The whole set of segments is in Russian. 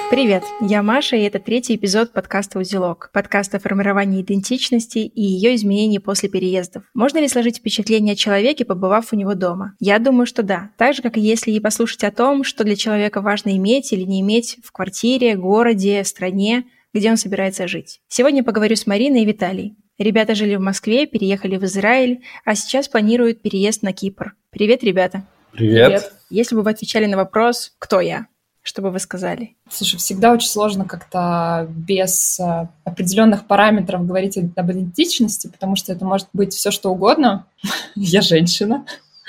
Привет, я Маша, и это третий эпизод подкаста «Узелок», подкаста о формировании идентичности и ее изменении после переездов. Можно ли сложить впечатление о человеке, побывав у него дома? Я думаю, что да. Так же, как и если и послушать о том, что для человека важно иметь или не иметь в квартире, городе, стране, где он собирается жить. Сегодня поговорю с Мариной и Виталием. Ребята жили в Москве, переехали в Израиль, а сейчас планируют переезд на Кипр. Привет, ребята. Привет. Если бы вы отвечали на вопрос «Кто я?», что бы вы сказали? Слушай, всегда очень сложно как-то без определенных параметров говорить об идентичности, потому что это может быть все что угодно. Я женщина.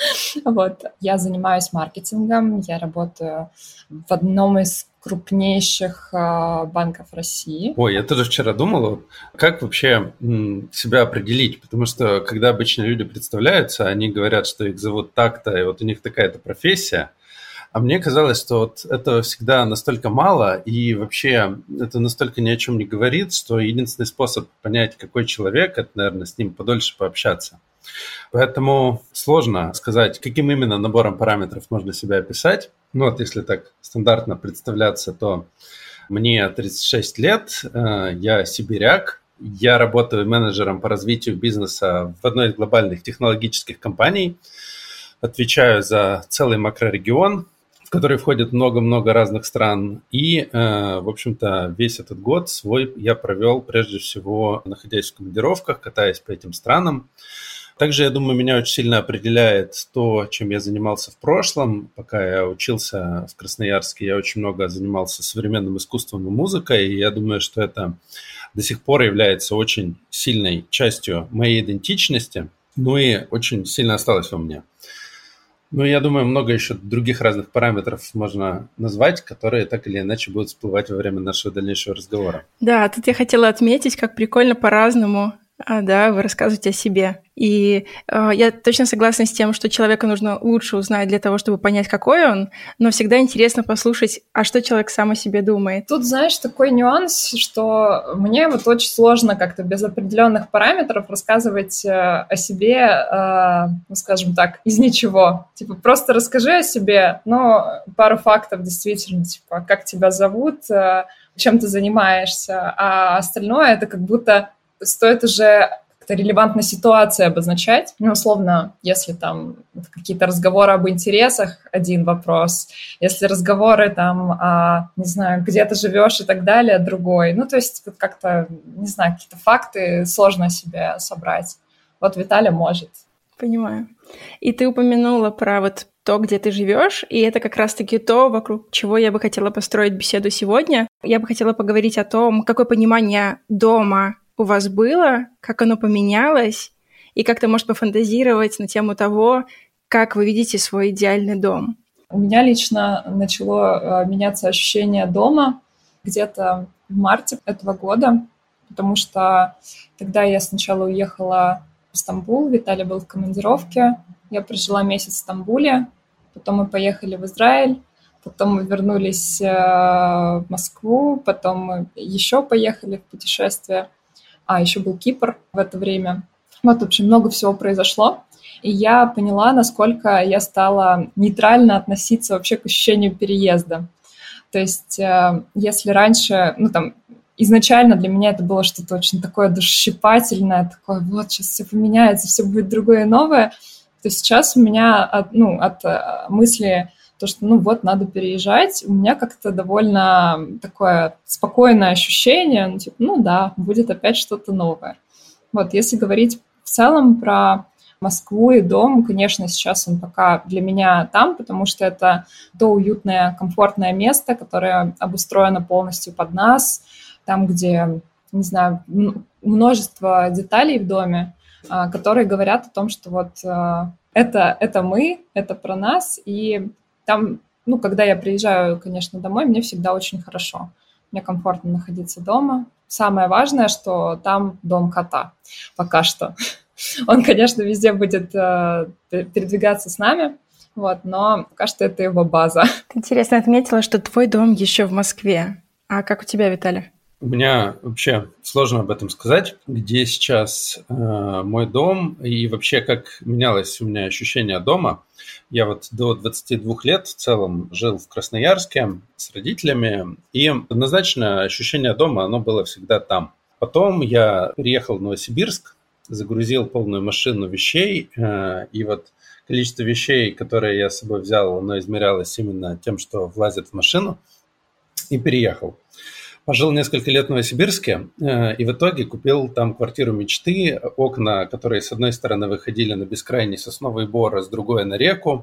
Вот. Я занимаюсь маркетингом, я работаю в одном из крупнейших банков России. Ой, я тоже вчера думал, как вообще себя определить, потому что когда обычно люди представляются, они говорят, что их зовут так-то, и вот у них такая-то профессия. А мне казалось, что вот этого всегда настолько мало, и вообще это настолько ни о чем не говорит, что единственный способ понять, какой человек, это, наверное, с ним подольше пообщаться. Поэтому сложно сказать, каким именно набором параметров можно себя описать. Ну вот если так стандартно представляться, то мне 36 лет, я сибиряк, я работаю менеджером по развитию бизнеса в одной из глобальных технологических компаний, отвечаю за целый макрорегион, в который входит много-много разных стран. И, в общем-то, весь этот год свой я провел, прежде всего, находясь в командировках, катаясь по этим странам. Также, я думаю, меня очень сильно определяет то, чем я занимался в прошлом. Пока я учился в Красноярске, я очень много занимался современным искусством и музыкой. И я думаю, что это до сих пор является очень сильной частью моей идентичности. Ну и очень сильно осталось во мне. Ну, я думаю, много еще других разных параметров можно назвать, которые так или иначе будут всплывать во время нашего дальнейшего разговора. Да, тут я хотела отметить, как прикольно по-разному, вы рассказываете о себе. И я точно согласна с тем, что человека нужно лучше узнать для того, чтобы понять, какой он, но всегда интересно послушать, а что человек сам о себе думает. Тут, знаешь, такой нюанс, что мне вот очень сложно как-то без определенных параметров рассказывать о себе, ну, скажем так, из ничего. Типа, просто расскажи о себе, но пару фактов действительно, типа, как тебя зовут, чем ты занимаешься, а остальное это как будто стоит уже как-то релевантной ситуации обозначать. Ну, условно, если там какие-то разговоры об интересах, один вопрос. Если разговоры там, не знаю, где ты живешь и так далее, другой. Ну, то есть вот как-то, не знаю, какие-то факты сложно себе собрать. Вот Виталя может. Понимаю. И ты упомянула про вот то, где ты живешь, и это как раз-таки то, вокруг чего я бы хотела построить беседу сегодня. Я бы хотела поговорить о том, какое понимание дома у вас было, как оно поменялось, и как-то, может, пофантазировать на тему того, как вы видите свой идеальный дом. У меня лично начало меняться ощущение дома где-то в марте этого года, потому что тогда я сначала уехала в Стамбул, Виталий был в командировке, я прожила месяц в Стамбуле, потом мы поехали в Израиль, потом мы вернулись в Москву, потом мы еще поехали в путешествие. Еще был Кипр в это время. Вот, в общем, много всего произошло. И я поняла, насколько я стала нейтрально относиться вообще к ощущению переезда. То есть, если раньше, изначально для меня это было что-то очень такое душещипательное, такое, вот, сейчас все поменяется, все будет другое и новое, то сейчас у меня от мысли... То, что, надо переезжать, у меня как-то довольно такое спокойное ощущение, будет опять что-то новое. Вот, если говорить в целом про Москву и дом, конечно, сейчас он пока для меня там, потому что это то уютное, комфортное место, которое обустроено полностью под нас, там, где, не знаю, множество деталей в доме, которые говорят о том, что вот это мы, это про нас, и там, когда я приезжаю, конечно, домой, мне всегда очень хорошо. Мне комфортно находиться дома. Самое важное, что там дом кота пока что. Он, конечно, везде будет передвигаться с нами, но пока что это его база. Ты интересно отметила, что твой дом еще в Москве. А как у тебя, Виталий? У меня вообще сложно об этом сказать, где сейчас мой дом и вообще как менялось у меня ощущение дома. Я вот до 22 лет в целом жил в Красноярске с родителями, и однозначно ощущение дома, оно было всегда там. Потом я переехал в Новосибирск, загрузил полную машину вещей, и вот количество вещей, которые я с собой взял, оно измерялось именно тем, что влазит в машину, и переехал. Пожил несколько лет в Новосибирске и в итоге купил там квартиру мечты, окна, которые с одной стороны выходили на бескрайний сосновый бор, а с другой на реку.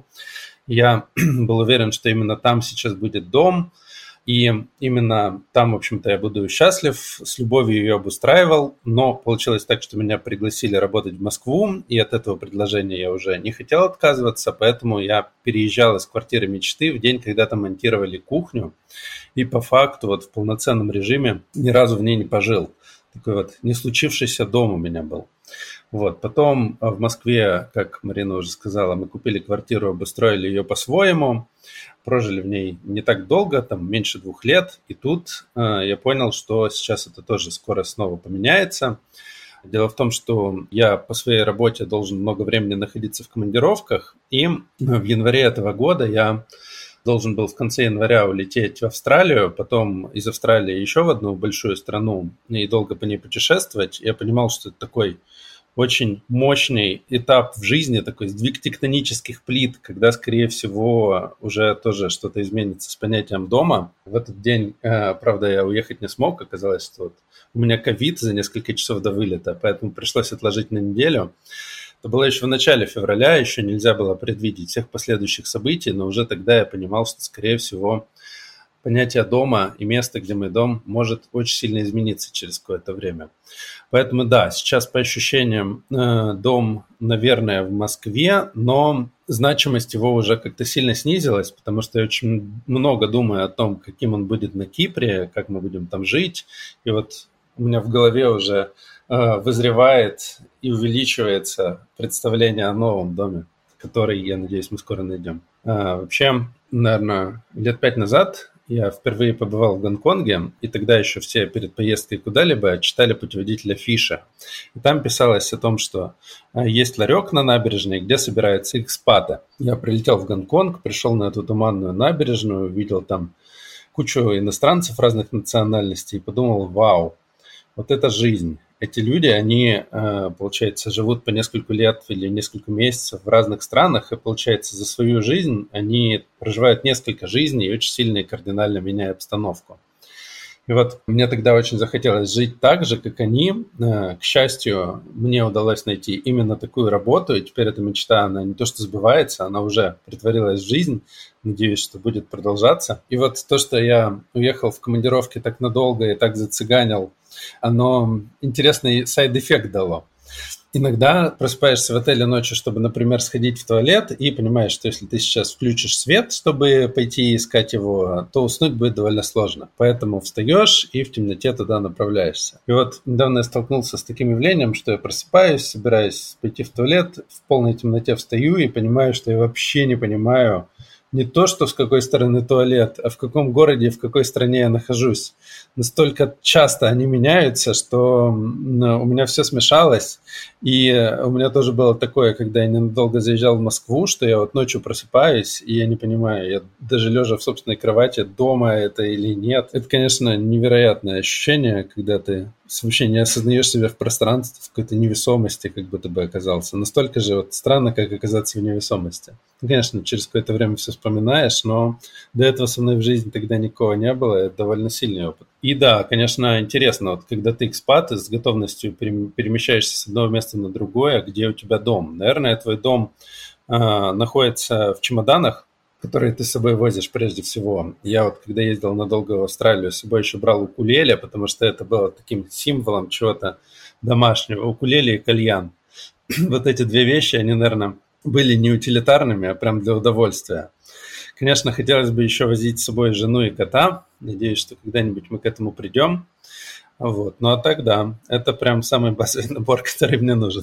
Я был уверен, что именно там сейчас будет дом, и именно там, в общем-то, я буду счастлив, с любовью ее обустраивал, но получилось так, что меня пригласили работать в Москву, и от этого предложения я уже не хотел отказываться, поэтому я переезжал из квартиры мечты в день, когда там монтировали кухню, и по факту вот в полноценном режиме ни разу в ней не пожил. Такой вот не случившийся дом у меня был. Вот. Потом в Москве, как Марина уже сказала, мы купили квартиру, обустроили ее по-своему, прожили в ней не так долго, там меньше 2 лет, и тут я понял, что сейчас это тоже скоро снова поменяется. Дело в том, что я по своей работе должен много времени находиться в командировках, и в январе этого года я должен был в конце января улететь в Австралию, потом из Австралии еще в одну большую страну и долго по ней путешествовать. Я понимал, что это такой очень мощный этап в жизни, такой сдвиг тектонических плит, когда, скорее всего, уже тоже что-то изменится с понятием дома. В этот день, правда, я уехать не смог, оказалось, что вот у меня ковид за несколько часов до вылета, поэтому пришлось отложить на неделю. Это было еще в начале февраля, еще нельзя было предвидеть всех последующих событий, но уже тогда я понимал, что, скорее всего, понятие дома и место, где мой дом, может очень сильно измениться через какое-то время. Поэтому да, сейчас по ощущениям дом, наверное, в Москве, но значимость его уже как-то сильно снизилась, потому что я очень много думаю о том, каким он будет на Кипре, как мы будем там жить. И вот у меня в голове уже вызревает и увеличивается представление о новом доме, который, я надеюсь, мы скоро найдем. Вообще, наверное, лет 5 назад я впервые побывал в Гонконге, и тогда еще все перед поездкой куда-либо читали путеводитель афиша. И там писалось о том, что есть ларек на набережной, где собираются экспаты. Я прилетел в Гонконг, пришел на эту туманную набережную, увидел там кучу иностранцев разных национальностей и подумал, вау, вот это жизнь. Эти люди, они, получается, живут по несколько лет или несколько месяцев в разных странах, и, получается, за свою жизнь они проживают несколько жизней и очень сильно и кардинально меняя обстановку. И вот мне тогда очень захотелось жить так же, как они. К счастью, мне удалось найти именно такую работу, и теперь эта мечта, она не то что сбывается, она уже притворилась в жизнь. Надеюсь, что будет продолжаться. И вот то, что я уехал в командировке так надолго и так зацыганил, оно интересный сайд-эффект дало. Иногда просыпаешься в отеле ночью, чтобы, например, сходить в туалет, и понимаешь, что если ты сейчас включишь свет, чтобы пойти искать его, то уснуть будет довольно сложно. Поэтому встаешь и в темноте туда направляешься. И вот недавно я столкнулся с таким явлением, что я просыпаюсь, собираюсь пойти в туалет, в полной темноте встаю и понимаю, что я вообще не понимаю не то, что с какой стороны туалет, а в каком городе и в какой стране я нахожусь. Настолько часто они меняются, что у меня все смешалось. И у меня тоже было такое, когда я ненадолго заезжал в Москву, что я вот ночью просыпаюсь, и я не понимаю, я даже лежа в собственной кровати, дома это или нет. Это, конечно, невероятное ощущение, когда ты вообще не осознаешь себя в пространстве, в какой-то невесомости, как будто бы оказался. Настолько же вот странно, как оказаться в невесомости. Конечно, через какое-то время все вспоминаешь, но до этого со мной в жизни тогда никого не было, это довольно сильный опыт. И да, конечно, интересно, вот когда ты экспат и с готовностью перемещаешься с одного места на другое, где у тебя дом. Наверное, твой дом находится в чемоданах, которые ты с собой возишь прежде всего. Я вот, когда ездил надолго в Австралию, с собой еще брал укулеле, потому что это было таким символом чего-то домашнего. Укулеле и кальян. Вот эти две вещи, они, наверное, были не утилитарными, а прям для удовольствия. Конечно, хотелось бы еще возить с собой жену и кота. Надеюсь, что когда-нибудь мы к этому придем. Вот. Ну а так, да, это прям самый базовый набор, который мне нужен.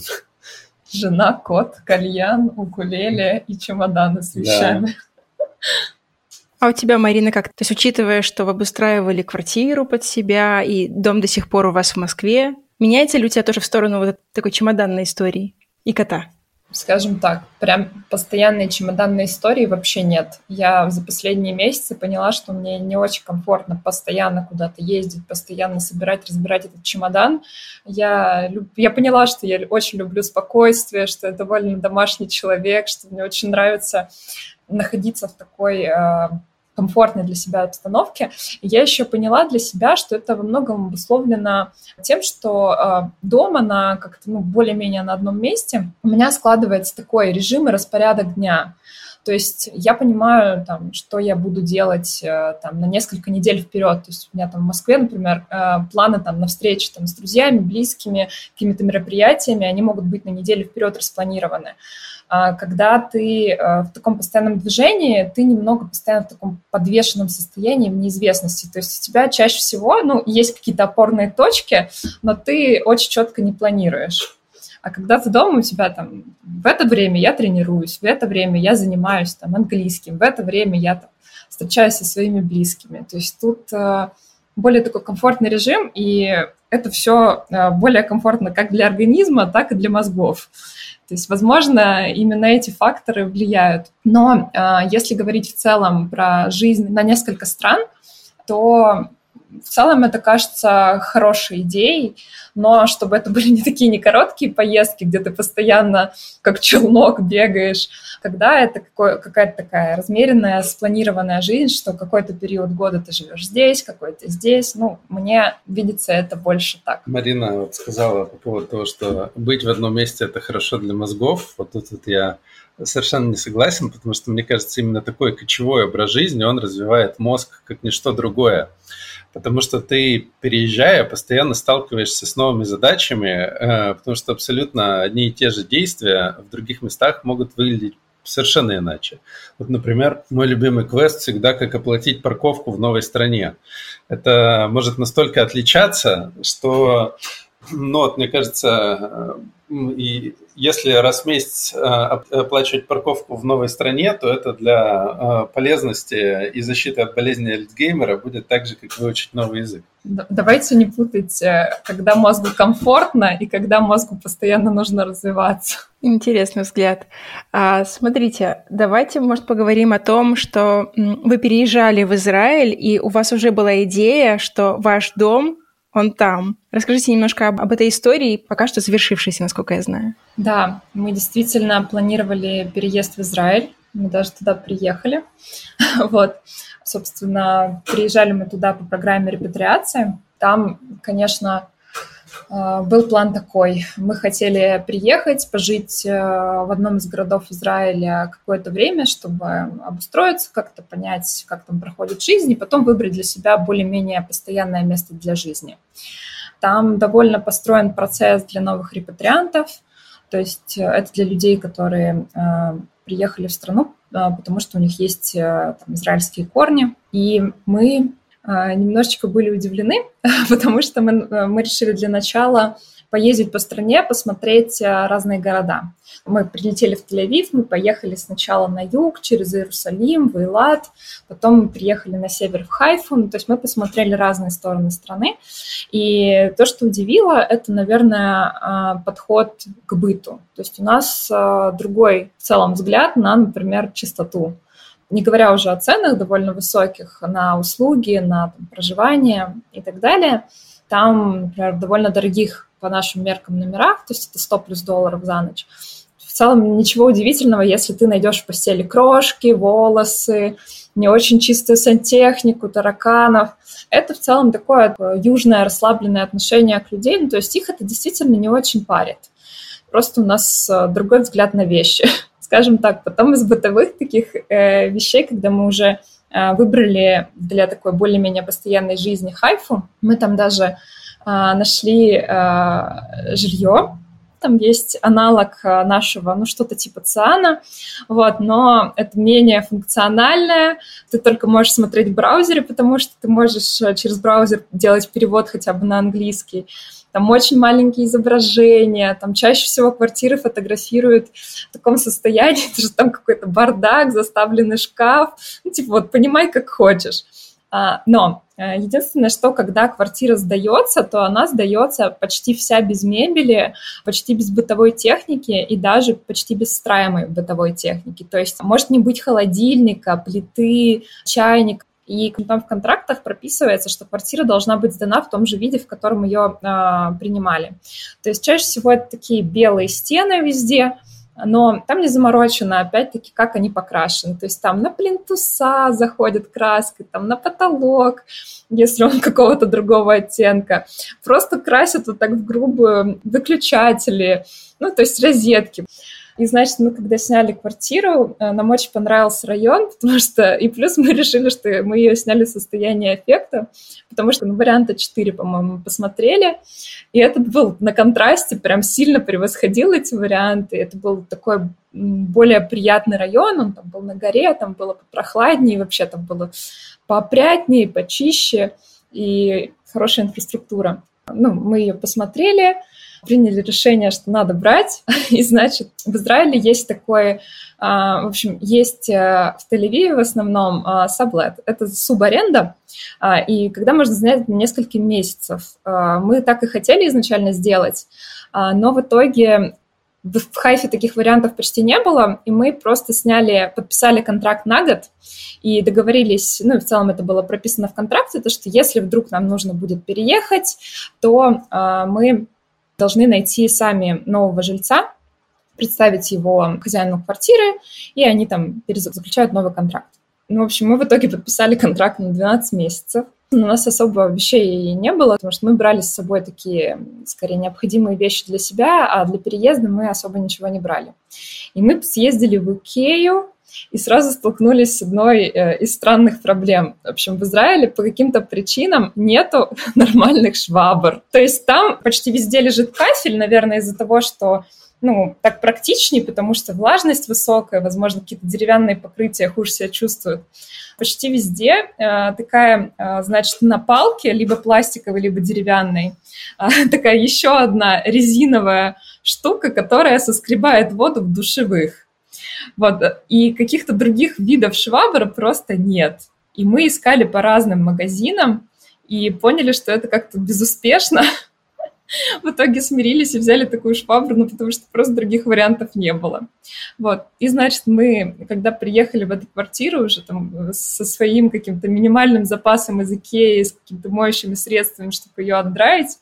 Жена, кот, кальян, укулеле и чемоданы с вещами. А у тебя, Марина, как? То есть, учитывая, что вы обустраивали квартиру под себя, и дом до сих пор у вас в Москве, меняется ли у тебя тоже в сторону вот такой чемоданной истории и кота? Скажем так, прям постоянной чемоданной истории вообще нет. Я за последние месяцы поняла, что мне не очень комфортно постоянно куда-то ездить, постоянно собирать, разбирать этот чемодан. Я поняла, что я очень люблю спокойствие, что я довольно домашний человек, что мне очень нравится находиться в такой комфортной для себя обстановке. И я еще поняла для себя, что это во многом обусловлено тем, что дома как-то более-менее на одном месте у меня складывается такой режим и распорядок дня. То есть я понимаю, что я буду делать на несколько недель вперед. То есть у меня в Москве, например, планы на встречи с друзьями, близкими, какими-то мероприятиями, они могут быть на неделю вперед распланированы. Когда ты в таком постоянном движении, ты немного постоянно в таком подвешенном состоянии, в неизвестности. То есть у тебя чаще всего, есть какие-то опорные точки, но ты очень четко не планируешь. А когда ты дома, у тебя в это время я тренируюсь, в это время я занимаюсь английским, в это время я встречаюсь со своими близкими. То есть тут более такой комфортный режим, и это все более комфортно как для организма, так и для мозгов. То есть, возможно, именно эти факторы влияют. Но если говорить в целом про жизнь на несколько стран, то в целом это кажется хорошей идеей, но чтобы это были не короткие поездки, где ты постоянно как челнок бегаешь, когда это какая-то такая размеренная, спланированная жизнь, что какой-то период года ты живешь здесь, какой-то здесь. Мне видится это больше так. Марина сказала по поводу того, что быть в одном месте – это хорошо для мозгов. Вот тут я совершенно не согласен, потому что, мне кажется, именно такой кочевой образ жизни, он развивает мозг как ничто другое. Потому что ты, переезжая, постоянно сталкиваешься с новыми задачами, потому что абсолютно одни и те же действия в других местах могут выглядеть совершенно иначе. Вот, например, мой любимый квест всегда как оплатить парковку в новой стране. Это может настолько отличаться, что, мне кажется, и если раз в месяц оплачивать парковку в новой стране, то это для полезности и защиты от болезни Альцгеймера будет так же, как выучить новый язык. Давайте не путать, когда мозгу комфортно и когда мозгу постоянно нужно развиваться. Интересный взгляд. Смотрите, давайте, может, поговорим о том, что вы переезжали в Израиль, и у вас уже была идея, что ваш дом, он там. Расскажите немножко об этой истории, пока что завершившейся, насколько я знаю. Да, мы действительно планировали переезд в Израиль. Мы даже туда приехали. Собственно, приезжали мы туда по программе репатриации. Там, конечно, был план такой. Мы хотели приехать, пожить в одном из городов Израиля какое-то время, чтобы обустроиться, как-то понять, как там проходит жизнь, и потом выбрать для себя более-менее постоянное место для жизни. Там довольно построен процесс для новых репатриантов, то есть это для людей, которые приехали в страну, потому что у них есть израильские корни, и мы немножечко были удивлены, потому что мы решили для начала поездить по стране, посмотреть разные города. Мы прилетели в Тель-Авив, мы поехали сначала на юг, через Иерусалим, в Эйлат, потом мы приехали на север в Хайфу, то есть мы посмотрели разные стороны страны. И то, что удивило, это, наверное, подход к быту. То есть у нас другой в целом взгляд на, например, чистоту. Не говоря уже о ценах довольно высоких на услуги, на проживание и так далее. Там, например, довольно дорогих по нашим меркам номерах, то есть это $100+ за ночь. В целом ничего удивительного, если ты найдешь в постели крошки, волосы, не очень чистую сантехнику, тараканов. Это в целом такое южное расслабленное отношение к людям, то есть их это действительно не очень парит. Просто у нас другой взгляд на вещи. Скажем так, потом из бытовых таких вещей, когда мы уже выбрали для такой более-менее постоянной жизни Хайфу, мы там даже нашли жилье. Там есть аналог нашего, что-то типа циана, но это менее функциональное. Ты только можешь смотреть в браузере, потому что ты можешь через браузер делать перевод хотя бы на английский. там очень маленькие изображения, там чаще всего квартиры фотографируют в таком состоянии, что там какой-то бардак, заставленный шкаф, ну, типа вот понимай, как хочешь. Но единственное, что когда квартира сдается, то она сдается почти вся без мебели, почти без бытовой техники и даже почти без встраиваемой бытовой техники. То есть может не быть холодильника, плиты, чайника. И там в контрактах прописывается, что квартира должна быть сдана в том же виде, в котором ее принимали. То есть чаще всего это такие белые стены везде, но там не заморочено, опять-таки, как они покрашены. То есть там на плинтуса заходит краска, там на потолок, если он какого-то другого оттенка. Просто красят вот так в грубую выключатели, ну, то есть розетки. И, значит, мы когда сняли квартиру, нам очень понравился район, потому что... И плюс мы решили, что мы ее сняли в состоянии эффекта, потому что варианта 4, по-моему, посмотрели. И этот был на контрасте, прям сильно превосходил эти варианты. Это был такой более приятный район, он там был на горе, там было попрохладнее, вообще там было поопрятнее, почище и хорошая инфраструктура. Ну, мы ее посмотрели, приняли решение, что надо брать. И, значит, в Израиле есть такой, в общем, есть в Тель-Авиве в основном саблет. Это субаренда, и когда можно снять на несколько месяцев. Мы так и хотели изначально сделать, но в итоге в Хайфе таких вариантов почти не было, и мы просто подписали контракт на год и договорились, ну и в целом это было прописано в контракте, то что если вдруг нам нужно будет переехать, то мы должны найти сами нового жильца, представить его хозяину квартиры, и они там заключают новый контракт. Ну, в общем, мы в итоге подписали контракт на 12 месяцев. У нас особо вещей не было, потому что мы брали с собой такие, скорее, необходимые вещи для себя, а для переезда мы особо ничего не брали. И мы съездили в Икею и сразу столкнулись с одной из странных проблем. В общем, в Израиле по каким-то причинам нету нормальных швабр. То есть там почти везде лежит кафель, наверное, из-за того, что так практичнее, потому что влажность высокая, возможно, какие-то деревянные покрытия хуже себя чувствуют. Почти везде такая, значит, на палке, либо пластиковой, либо деревянной, такая еще одна резиновая штука, которая соскребает воду в душевых. Вот. И каких-то других видов швабр просто нет. И мы искали по разным магазинам и поняли, что это как-то безуспешно. В итоге смирились и взяли такую швабру, потому что просто других вариантов не было. Вот. И, значит, мы, когда приехали в эту квартиру уже там со своим каким-то минимальным запасом из Икеи, с какими-то моющими средствами, чтобы ее отдраить,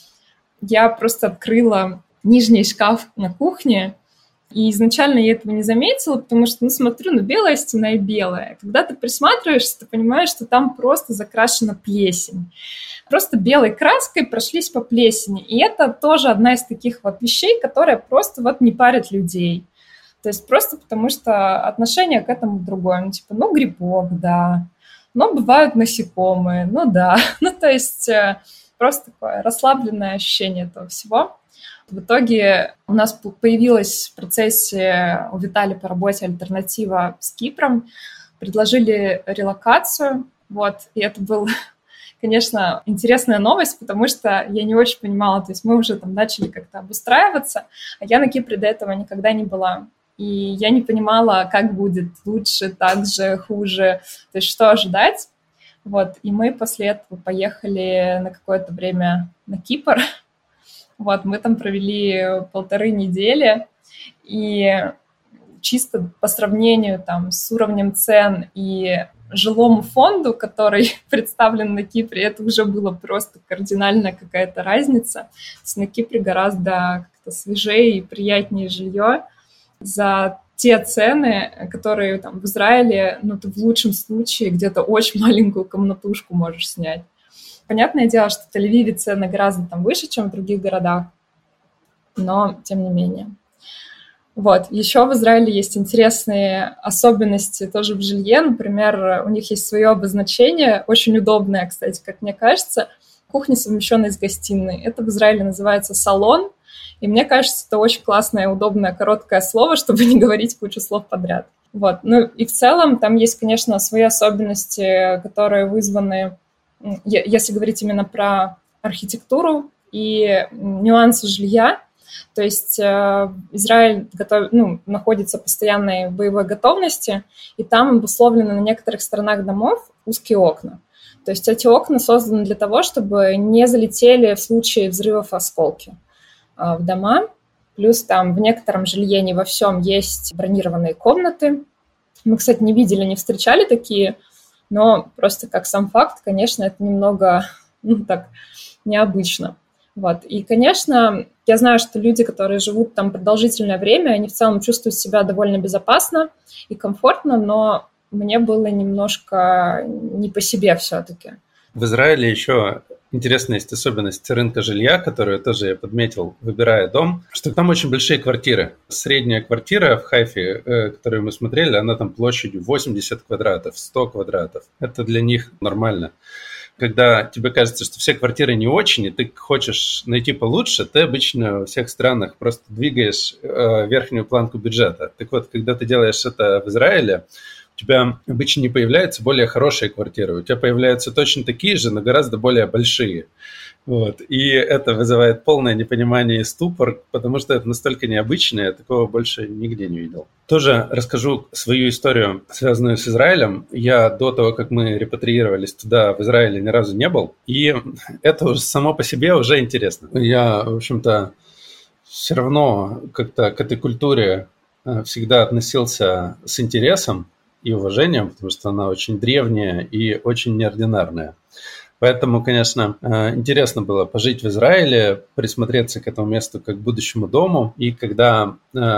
я просто открыла нижний шкаф на кухне, и изначально я этого не заметила, потому что, смотрю, белая стена и белая. Когда ты присматриваешься, ты понимаешь, что там просто закрашена плесень. Просто белой краской прошлись по плесени. И это тоже одна из таких вот вещей, которая просто не парит людей. То есть просто потому что отношение к этому другое. Грибок, да. Но бывают насекомые, да. То есть просто такое расслабленное ощущение этого всего. В итоге у нас появилась в процессе у Виталия по работе альтернатива с Кипром. Предложили релокацию. И это был... Конечно, интересная новость, потому что я не очень понимала, то есть мы уже там начали как-то обустраиваться, а я на Кипре до этого никогда не была. И я не понимала, как будет лучше, так же, хуже, то есть что ожидать. И мы после этого поехали на какое-то время на Кипр. Мы там провели 1,5 недели, и чисто по сравнению там с уровнем цен и жилому фонду, который представлен на Кипре, это уже было просто кардинальная какая-то разница. То есть на Кипре гораздо как-то свежее и приятнее жилье за те цены, которые там в Израиле, ты в лучшем случае где-то очень маленькую комнатушку можешь снять. Понятное дело, что в Тель-Авиве цены гораздо там выше, чем в других городах, но тем не менее. Еще в Израиле есть интересные особенности тоже в жилье. Например, у них есть свое обозначение, очень удобное, кстати, как мне кажется, кухня, совмещенная с гостиной. Это в Израиле называется салон, и мне кажется, это очень классное, удобное, короткое слово, чтобы не говорить кучу слов подряд. И в целом там есть, конечно, свои особенности, которые вызваны, если говорить именно про архитектуру и нюансы жилья. То есть Израиль находится в постоянной боевой готовности, и там обусловлены на некоторых сторонах домов узкие окна. То есть эти окна созданы для того, чтобы не залетели в случае взрывов осколки в дома. Плюс там в некотором жилье, не во всем, есть бронированные комнаты. Мы, кстати, не видели, не встречали такие, но просто как сам факт, конечно, это немного, необычно. Вот. И, конечно, я знаю, что люди, которые живут там продолжительное время, они в целом чувствуют себя довольно безопасно и комфортно, но мне было немножко не по себе все-таки. В Израиле еще интересная есть особенность рынка жилья, которую тоже я подметил, выбирая дом, что там очень большие квартиры. Средняя квартира в Хайфе, которую мы смотрели, она там площадью 80 квадратов, 100 квадратов. Это для них нормально. Когда тебе кажется, что все квартиры не очень, и ты хочешь найти получше, ты обычно во всех странах просто двигаешь верхнюю планку бюджета. Так вот, когда ты делаешь это в Израиле, у тебя обычно не появляются более хорошие квартиры, у тебя появляются точно такие же, но гораздо более большие. Вот. И это вызывает полное непонимание и ступор, потому что это настолько необычно, я такого больше нигде не видел. Тоже расскажу свою историю, связанную с Израилем. Я до того, как мы репатриировались туда, в Израиле ни разу не был, и это уже само по себе уже интересно. Я, в общем-то, все равно как-то к этой культуре всегда относился с интересом и уважением, потому что она очень древняя и очень неординарная. Поэтому, конечно, интересно было пожить в Израиле, присмотреться к этому месту как к будущему дому. И когда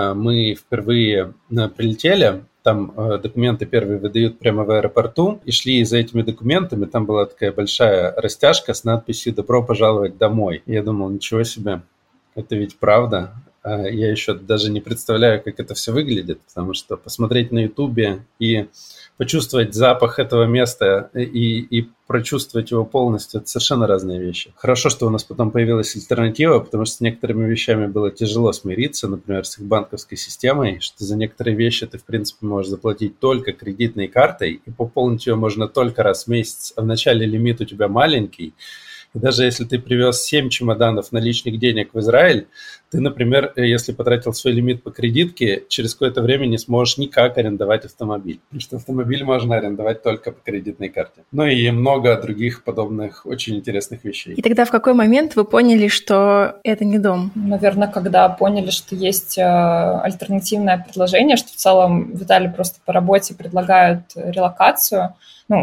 мы впервые прилетели, там документы первые выдают прямо в аэропорту, и шли за этими документами, там была такая большая растяжка с надписью «Добро пожаловать домой». И я думал, ничего себе, это ведь правда. Я еще даже не представляю, как это все выглядит, потому что посмотреть на Ютубе и почувствовать запах этого места и прочувствовать его полностью – это совершенно разные вещи. Хорошо, что у нас потом появилась альтернатива, потому что с некоторыми вещами было тяжело смириться, например, с их банковской системой, что за некоторые вещи ты, в принципе, можешь заплатить только кредитной картой, и пополнить ее можно только раз в месяц, а вначале лимит у тебя маленький. И даже если ты привез 7 чемоданов наличных денег в Израиль, ты, например, если потратил свой лимит по кредитке, через какое-то время не сможешь никак арендовать автомобиль. Потому что автомобиль можно арендовать только по кредитной карте. Ну и много других подобных очень интересных вещей. И тогда в какой момент вы поняли, что это не дом? Наверное, когда поняли, что есть альтернативное предложение, что в целом в Италии просто по работе предлагают релокацию.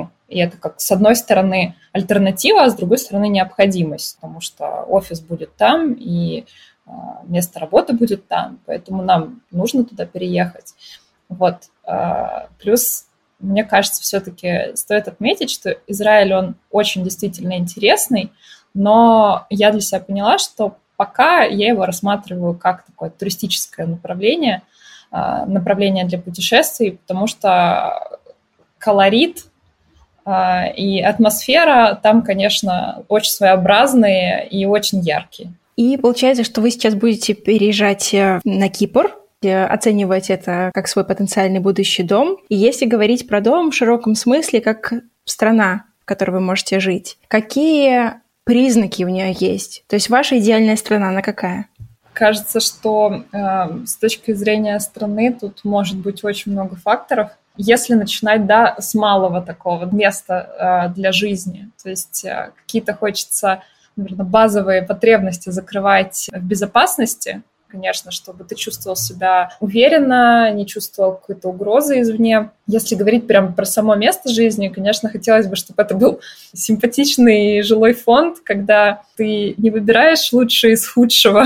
И это как с одной стороны альтернатива, а с другой стороны необходимость, потому что офис будет там, и место работы будет там, поэтому нам нужно туда переехать. Вот. Плюс, мне кажется, все-таки стоит отметить, что Израиль, он очень действительно интересный, но я для себя поняла, что пока я его рассматриваю как такое туристическое направление для путешествий, потому что колорит и атмосфера там, конечно, очень своеобразные и очень яркие. И получается, что вы сейчас будете переезжать на Кипр, оценивать это как свой потенциальный будущий дом. И если говорить про дом в широком смысле, как страна, в которой вы можете жить, какие признаки у нее есть? То есть ваша идеальная страна, она какая? Кажется, что с точки зрения страны тут может быть очень много факторов. Если начинать, с малого такого места для жизни, то есть какие-то хочется, наверное, базовые потребности закрывать в безопасности, конечно, чтобы ты чувствовал себя уверенно, не чувствовал какой-то угрозы извне. Если говорить прямо про само место жизни, конечно, хотелось бы, чтобы это был симпатичный жилой фонд, когда ты не выбираешь лучшее из худшего,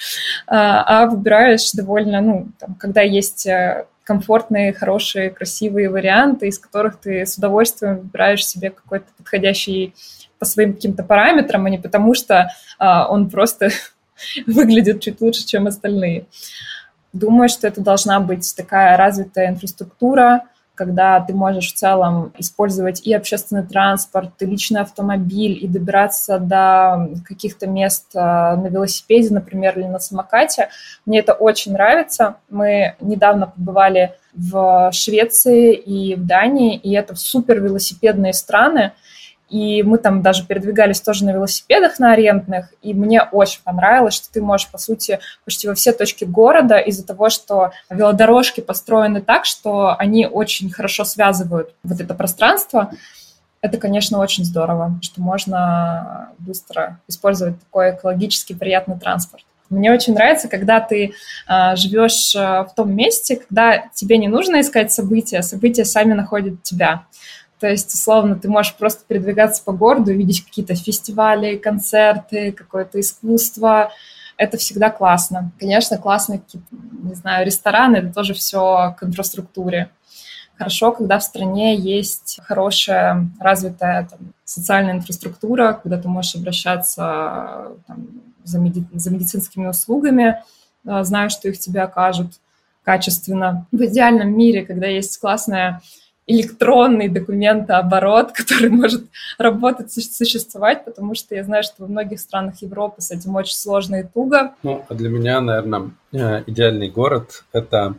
а выбираешь довольно, когда есть комфортные, хорошие, красивые варианты, из которых ты с удовольствием выбираешь себе какой-то подходящий по своим каким-то параметрам, а не потому что он просто выглядит чуть лучше, чем остальные. Думаю, что это должна быть такая развитая инфраструктура, когда ты можешь в целом использовать и общественный транспорт, и личный автомобиль, и добираться до каких-то мест на велосипеде, например, или на самокате. Мне это очень нравится. Мы недавно побывали в Швеции и в Дании, и это супер велосипедные страны. И мы там даже передвигались тоже на велосипедах на арендных, и мне очень понравилось, что ты можешь, по сути, почти во все точки города из-за того, что велодорожки построены так, что они очень хорошо связывают вот это пространство. Это, конечно, очень здорово, что можно быстро использовать такой экологически приятный транспорт. Мне очень нравится, когда ты живешь в том месте, когда тебе не нужно искать события, события сами находят тебя. То есть, условно, ты можешь просто передвигаться по городу и видеть какие-то фестивали, концерты, какое-то искусство. Это всегда классно. Конечно, классные какие-то, не знаю, рестораны, это тоже все к инфраструктуре. Хорошо, когда в стране есть хорошая, развитая там, социальная инфраструктура, когда ты можешь обращаться там, за медицинскими услугами, зная, что их тебе окажут качественно. В идеальном мире, когда есть классная электронный документооборот, который может работать, существовать, потому что я знаю, что во многих странах Европы с этим очень сложно и туго. Ну, а для меня, наверное, идеальный город – это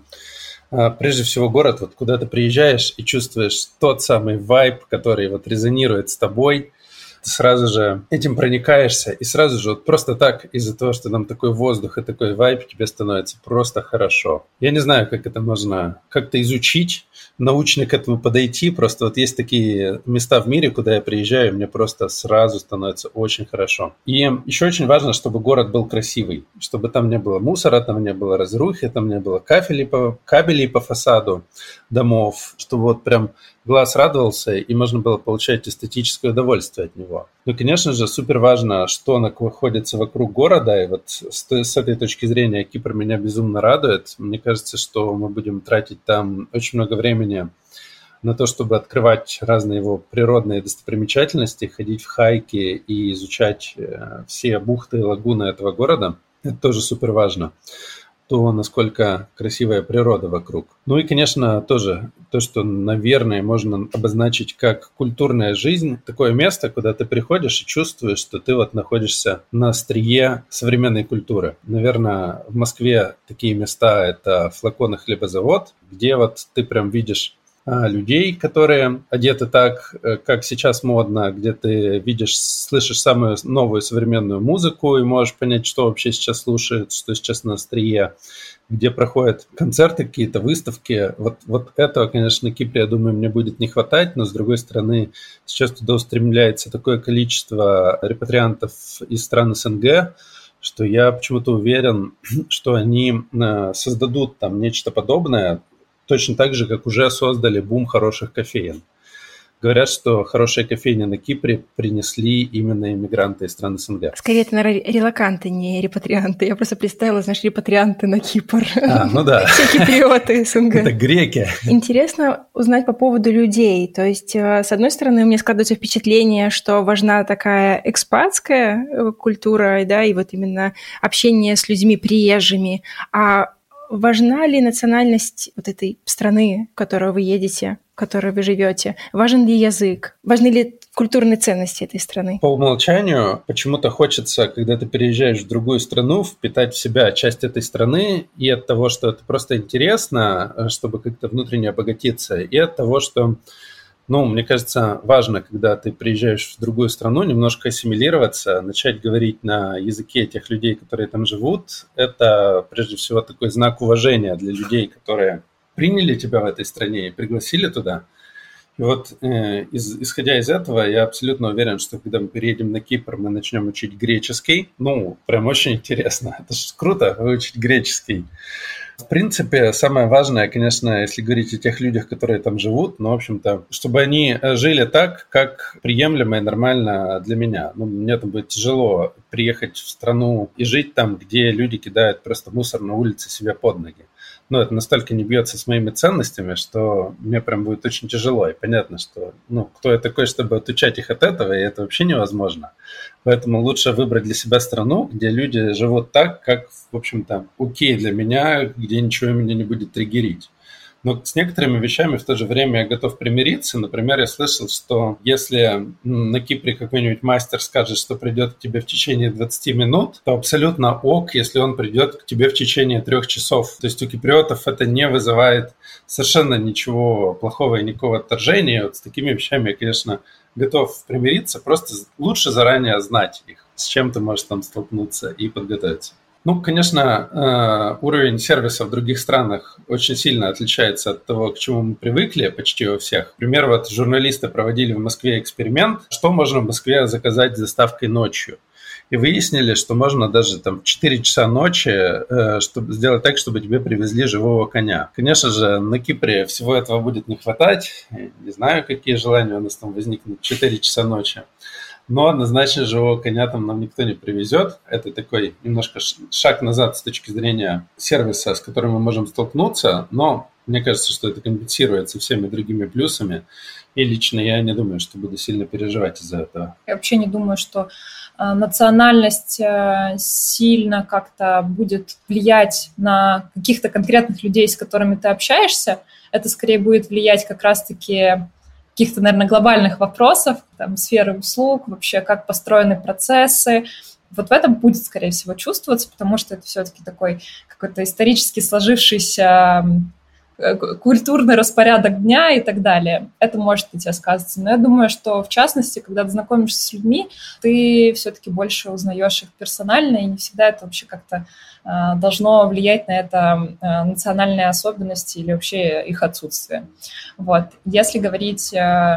прежде всего город, вот куда ты приезжаешь и чувствуешь тот самый вайб, который вот резонирует с тобой, ты сразу же этим проникаешься, и сразу же вот просто так, из-за того, что там такой воздух и такой вайб, тебе становится просто хорошо. Я не знаю, как это можно как-то изучить, научно к этому подойти, просто вот есть такие места в мире, куда я приезжаю, и мне просто сразу становится очень хорошо. И еще очень важно, чтобы город был красивый, чтобы там не было мусора, там не было разрухи, там не было кабелей по фасаду домов, чтобы вот прям глаз радовался, и можно было получать эстетическое удовольствие от него. Ну, конечно же, супер важно, что находится вокруг города, и вот с этой точки зрения Кипр меня безумно радует. Мне кажется, что мы будем тратить там очень много времени на то, чтобы открывать разные его природные достопримечательности, ходить в хайки и изучать все бухты и лагуны этого города. Это тоже супер важно. То, насколько красивая природа вокруг. Ну и, конечно, тоже то, что, наверное, можно обозначить как культурная жизнь. Такое место, куда ты приходишь и чувствуешь, что ты вот находишься на острие современной культуры. Наверное, в Москве такие места – это Флакон и хлебозавод, где вот ты прям видишь людей, которые одеты так, как сейчас модно, где ты видишь, слышишь самую новую современную музыку и можешь понять, что вообще сейчас слушают, что сейчас на острие, где проходят концерты, какие-то выставки. Вот этого, конечно, на Кипре, я думаю, мне будет не хватать, но, с другой стороны, сейчас туда устремляется такое количество репатриантов из стран СНГ, что я почему-то уверен, что они создадут там нечто подобное, точно так же, как уже создали бум хороших кофеен. Говорят, что хорошие кофейни на Кипре принесли именно иммигранты из стран СНГ. Скорее, это, наверное, релоканты, не репатрианты. Я просто представила, знаешь, репатрианты на Кипр. Ну да. Все киприоты СНГ. Это греки. Интересно узнать по поводу людей. То есть, с одной стороны, у меня складывается впечатление, что важна такая экспатская культура, да, и вот именно общение с людьми приезжими. А важна ли национальность вот этой страны, в которую вы едете, в которой вы живете? Важен ли язык? Важны ли культурные ценности этой страны? По умолчанию почему-то хочется, когда ты переезжаешь в другую страну, впитать в себя часть этой страны и от того, что это просто интересно, чтобы как-то внутренне обогатиться, и от того, что мне кажется, важно, когда ты приезжаешь в другую страну, немножко ассимилироваться, начать говорить на языке тех людей, которые там живут. Это, прежде всего, такой знак уважения для людей, которые приняли тебя в этой стране и пригласили туда. И вот, исходя из этого, я абсолютно уверен, что когда мы переедем на Кипр, мы начнем учить греческий. Прям очень интересно. Это же круто, выучить греческий. В принципе, самое важное, конечно, если говорить о тех людях, которые там живут, в общем-то, чтобы они жили так, как приемлемо и нормально для меня. Мне там будет тяжело приехать в страну и жить там, где люди кидают просто мусор на улице себе под ноги. Это настолько не бьется с моими ценностями, что мне прям будет очень тяжело. И понятно, что кто я такой, чтобы отучать их от этого, и это вообще невозможно. Поэтому лучше выбрать для себя страну, где люди живут так, как, в общем-то, окей для меня, где ничего меня не будет триггерить. Но с некоторыми вещами в то же время я готов примириться. Например, я слышал, что если на Кипре какой-нибудь мастер скажет, что придет к тебе в течение 20 минут, то абсолютно ок, если он придет к тебе в течение 3 часов. То есть у киприотов это не вызывает совершенно ничего плохого и никакого отторжения. Вот с такими вещами я, конечно, готов примириться. Просто лучше заранее знать их, с чем ты можешь там столкнуться и подготовиться. Ну, конечно, уровень сервиса в других странах очень сильно отличается от того, к чему мы привыкли почти у всех. Например, вот журналисты проводили в Москве эксперимент, что можно в Москве заказать с доставкой ночью. И выяснили, что можно даже там в 4 часа ночи чтобы сделать так, чтобы тебе привезли живого коня. Конечно же, на Кипре всего этого будет не хватать. Я не знаю, какие желания у нас там возникнут в 4 часа ночи. Но однозначно живого коня там нам никто не привезет. Это такой немножко шаг назад с точки зрения сервиса, с которым мы можем столкнуться. Но мне кажется, что это компенсируется всеми другими плюсами. И лично я не думаю, что буду сильно переживать из-за этого. Я вообще не думаю, что национальность сильно как-то будет влиять на каких-то конкретных людей, с которыми ты общаешься. Это скорее будет влиять как раз-таки каких-то, наверное, глобальных вопросов, там, сферы услуг, вообще как построены процессы. Вот в этом будет, скорее всего, чувствоваться, потому что это все-таки такой какой-то исторически сложившийся культурный распорядок дня и так далее. Это может на тебя сказаться. Но я думаю, что, в частности, когда ты знакомишься с людьми, ты все-таки больше узнаешь их персонально, и не всегда это вообще как-то должно влиять на это национальные особенности или вообще их отсутствие. Вот. Если говорить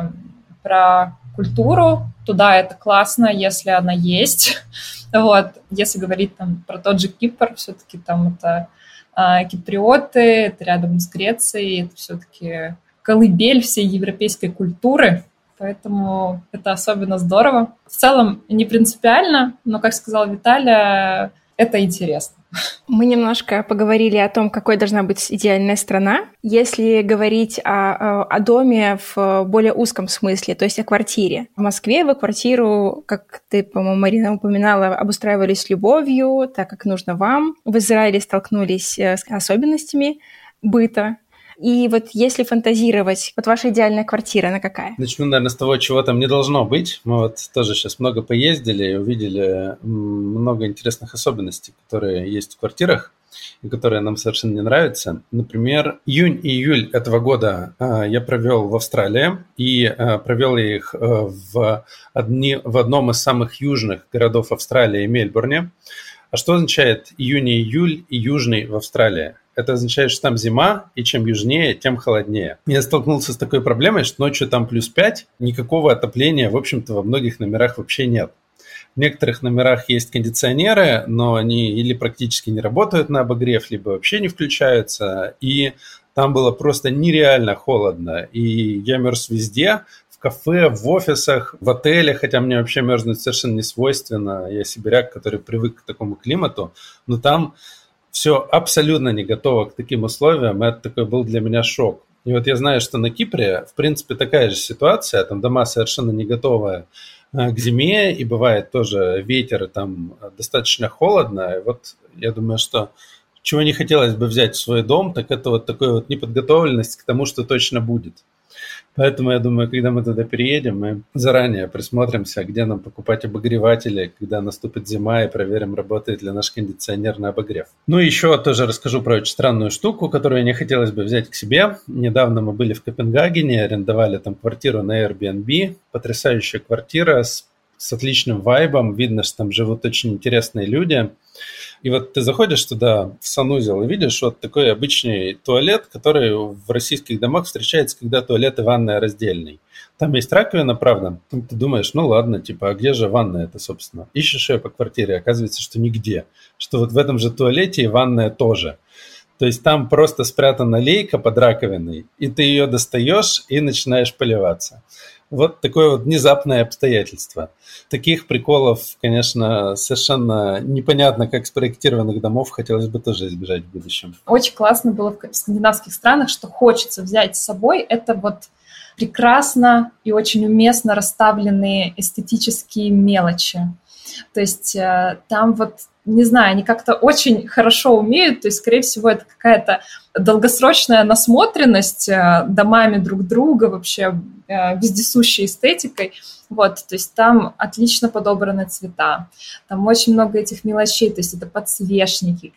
про культуру, то да, это классно, если она есть. Вот. Если говорить там про тот же Кипр, все-таки там это киприоты, это рядом с Грецией, это все-таки колыбель всей европейской культуры, поэтому это особенно здорово. В целом не принципиально, но, как сказал Виталий, это интересно. Мы немножко поговорили о том, какой должна быть идеальная страна. Если говорить о доме в более узком смысле, то есть о квартире. В Москве вы квартиру, как ты, по-моему, Марина упоминала, обустраивали с любовью, так как нужно вам. В Израиле столкнулись с особенностями быта. И вот если фантазировать, вот ваша идеальная квартира, она какая? Начну, наверное, с того, чего там не должно быть. Мы вот тоже сейчас много поездили и увидели много интересных особенностей, которые есть в квартирах и которые нам совершенно не нравятся. Например, июнь и июль этого года я провел в Австралии, и провел я их в одном из самых южных городов Австралии, Мельбурне. А что означает июнь и июль и южный в Австралии? Это означает, что там зима, и чем южнее, тем холоднее. Я столкнулся с такой проблемой, что ночью там плюс 5, никакого отопления, в общем-то, во многих номерах вообще нет. В некоторых номерах есть кондиционеры, но они или практически не работают на обогрев, либо вообще не включаются, и там было просто нереально холодно. И я мерз везде, в кафе, в офисах, в отелях, хотя мне вообще мерзнуть совершенно не свойственно. Я сибиряк, который привык к такому климату, но там все абсолютно не готово к таким условиям, это такой был для меня шок. И вот я знаю, что на Кипре, в принципе, такая же ситуация, там дома совершенно не готовы к зиме, и бывает тоже ветер, и там достаточно холодно. И вот я думаю, что чего не хотелось бы взять в свой дом, так это вот такая вот неподготовленность к тому, что точно будет. Поэтому я думаю, когда мы туда переедем, мы заранее присмотримся, где нам покупать обогреватели, когда наступит зима, и проверим, работает ли наш кондиционер на обогрев. Ну и еще тоже расскажу про очень странную штуку, которую мне хотелось бы взять к себе. Недавно мы были в Копенгагене, арендовали там квартиру на Airbnb. Потрясающая квартира с отличным вайбом. Видно, что там живут очень интересные люди. И вот ты заходишь туда в санузел и видишь вот такой обычный туалет, который в российских домах встречается, когда туалет и ванная раздельный. Там есть раковина, правда. Ты думаешь, ну ладно, типа, а где же ванная-то, собственно? Ищешь ее по квартире, оказывается, что нигде. Что вот в этом же туалете и ванная тоже. То есть там просто спрятана лейка под раковиной, и ты ее достаешь и начинаешь поливаться. Вот такое вот внезапное обстоятельство. Таких приколов, конечно, совершенно непонятно, как спроектированных домов хотелось бы тоже избежать в будущем. Очень классно было в скандинавских странах, что хочется взять с собой. Это вот прекрасно и очень уместно расставленные эстетические мелочи. То есть там вот, не знаю, они как-то очень хорошо умеют, то есть, скорее всего, это какая-то долгосрочная насмотренность домами друг друга, вообще вездесущей эстетикой. Вот, то есть там отлично подобраны цвета, там очень много этих мелочей, то есть это подсвечники,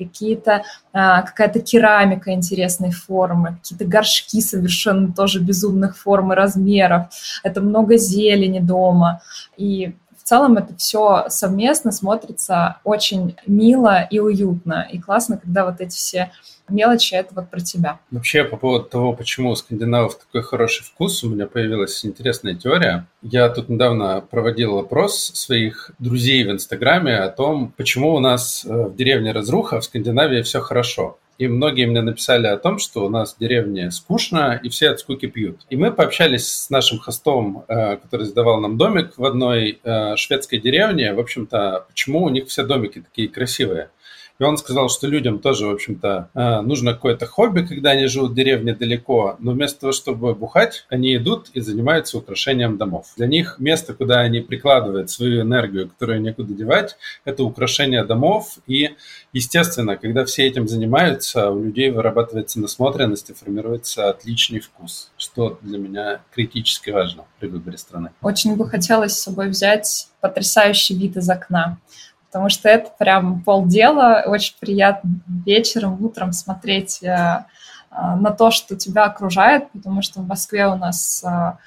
какая-то керамика интересной формы, какие-то горшки совершенно тоже безумных форм и размеров, это много зелени дома, и в целом это все совместно смотрится очень мило и уютно, и классно, когда вот эти все мелочи, это вот про тебя. Вообще, по поводу того, почему у скандинавов такой хороший вкус, у меня появилась интересная теория. Я тут недавно проводил опрос своих друзей в Инстаграме о том, почему у нас в деревне разруха, а в Скандинавии все хорошо. И многие мне написали о том, что у нас в деревне скучно, и все от скуки пьют. И мы пообщались с нашим хостом, который сдавал нам домик в одной шведской деревне. В общем-то, почему у них все домики такие красивые. И он сказал, что людям тоже, в общем-то, нужно какое-то хобби, когда они живут в деревне далеко, но вместо того, чтобы бухать, они идут и занимаются украшением домов. Для них место, куда они прикладывают свою энергию, которую некуда девать, это украшение домов. И, естественно, когда все этим занимаются, у людей вырабатывается насмотренность и формируется отличный вкус, что для меня критически важно при выборе страны. Очень бы хотелось с собой взять потрясающий вид из окна. Потому что это прям полдела, очень приятно вечером, утром смотреть на то, что тебя окружает, потому что в Москве у нас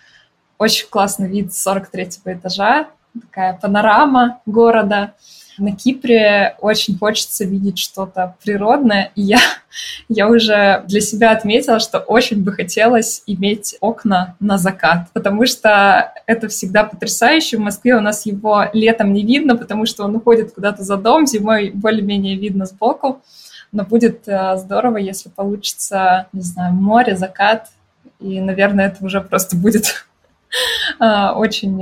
очень классный вид с 43-го этажа, такая панорама города. На Кипре очень хочется видеть что-то природное, и я уже для себя отметила, что очень бы хотелось иметь окна на закат, потому что это всегда потрясающе. В Москве у нас его летом не видно, потому что он уходит куда-то за дом, зимой более-менее видно сбоку, но будет здорово, если получится, не знаю, море, закат, и, наверное, это уже просто будет очень...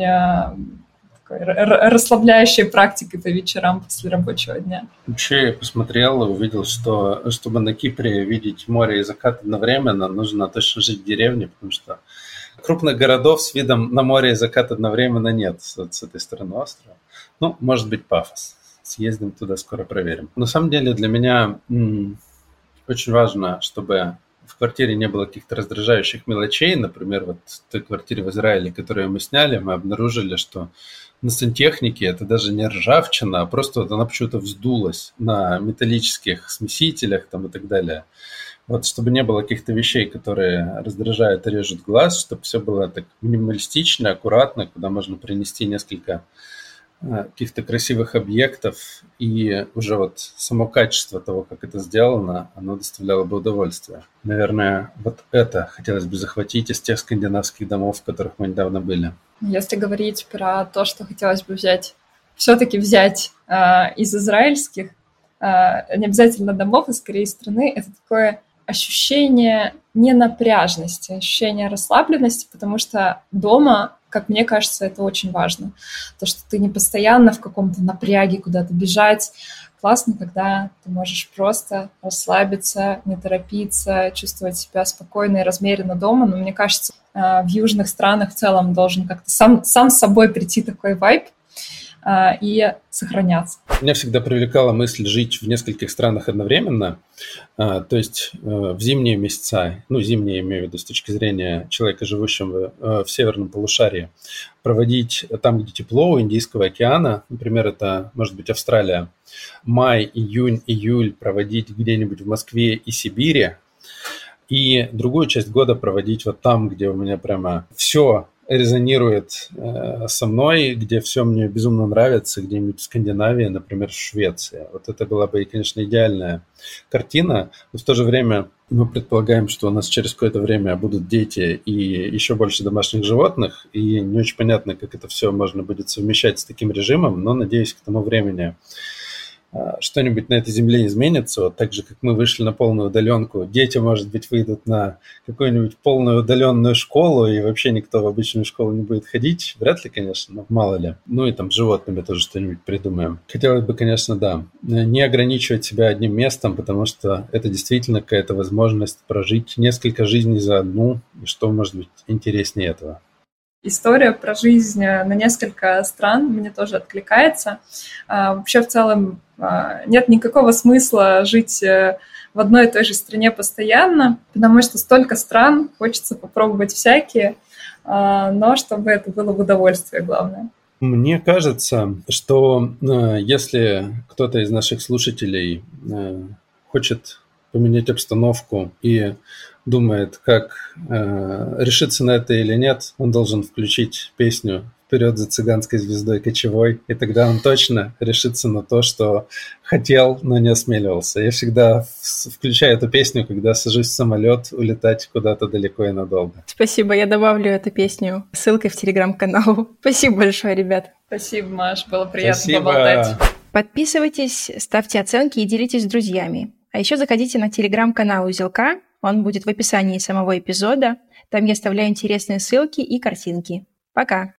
расслабляющей практикой по вечерам после рабочего дня. Вообще я посмотрел и увидел, что чтобы на Кипре видеть море и закат одновременно, нужно точно жить в деревне, потому что крупных городов с видом на море и закат одновременно нет с этой стороны острова. Ну, может быть, Пафос. Съездим туда, скоро проверим. На самом деле для меня очень важно, чтобы в квартире не было каких-то раздражающих мелочей. Например, вот в той квартире в Израиле, которую мы сняли, мы обнаружили, что на сантехнике это даже не ржавчина, а просто вот она почему-то вздулась на металлических смесителях там и так далее. Вот чтобы не было каких-то вещей, которые раздражают и режут глаз, чтобы все было так минималистично, аккуратно, куда можно принести несколько каких-то красивых объектов, и уже вот само качество того, как это сделано, оно доставляло бы удовольствие. Наверное, вот это хотелось бы захватить из тех скандинавских домов, в которых мы недавно были. Если говорить про то, что хотелось бы все-таки взять из израильских, не обязательно домов, а скорее страны, это такое ощущение ненапряжности, ощущение расслабленности, потому что дома, как мне кажется, это очень важно. То, что ты не постоянно в каком-то напряге куда-то бежать. Классно, когда ты можешь просто расслабиться, не торопиться, чувствовать себя спокойно и размеренно дома. Но мне кажется, в южных странах в целом должен как-то сам с собой прийти такой вайб и сохраняться. Меня всегда привлекала мысль жить в нескольких странах одновременно, то есть в зимние месяца, зимние, я имею в виду с точки зрения человека, живущего в северном полушарии, проводить там, где тепло, у Индийского океана, например, это может быть Австралия, май, июнь, июль проводить где-нибудь в Москве и Сибири, и другую часть года проводить вот там, где у меня прямо все резонирует со мной, где все мне безумно нравится, где-нибудь в Скандинавии, например, в Швеции. Вот это была бы, конечно, идеальная картина, но в то же время мы предполагаем, что у нас через какое-то время будут дети и еще больше домашних животных, и не очень понятно, как это все можно будет совмещать с таким режимом, но, надеюсь, к тому времени что-нибудь на этой земле изменится, вот так же, как мы вышли на полную удаленку. Дети, может быть, выйдут на какую-нибудь полную удаленную школу, и вообще никто в обычную школу не будет ходить. Вряд ли, конечно, но мало ли. И там с животными тоже что-нибудь придумаем. Хотелось бы, конечно, да, не ограничивать себя одним местом, потому что это действительно какая-то возможность прожить несколько жизней за одну, и что может быть интереснее этого. история про жизнь на несколько стран мне тоже откликается. Вообще, в целом, нет никакого смысла жить в одной и той же стране постоянно, потому что столько стран, хочется попробовать всякие, но чтобы это было в удовольствие, главное. Мне кажется, что если кто-то из наших слушателей хочет поменять обстановку и думает, как решиться на это или нет, он должен включить песню «Вперед за цыганской звездой кочевой», и тогда он точно решится на то, что хотел, но не осмеливался. Я всегда включаю эту песню, когда сажусь в самолет, улетать куда-то далеко и надолго. Спасибо, я добавлю эту песню ссылкой в телеграм-канал. Спасибо большое, ребят. Спасибо, Маш, было приятно поболтать. Подписывайтесь, ставьте оценки и делитесь с друзьями. А еще заходите на телеграм-канал Узелка, он будет в описании самого эпизода. Там я оставляю интересные ссылки и картинки. Пока!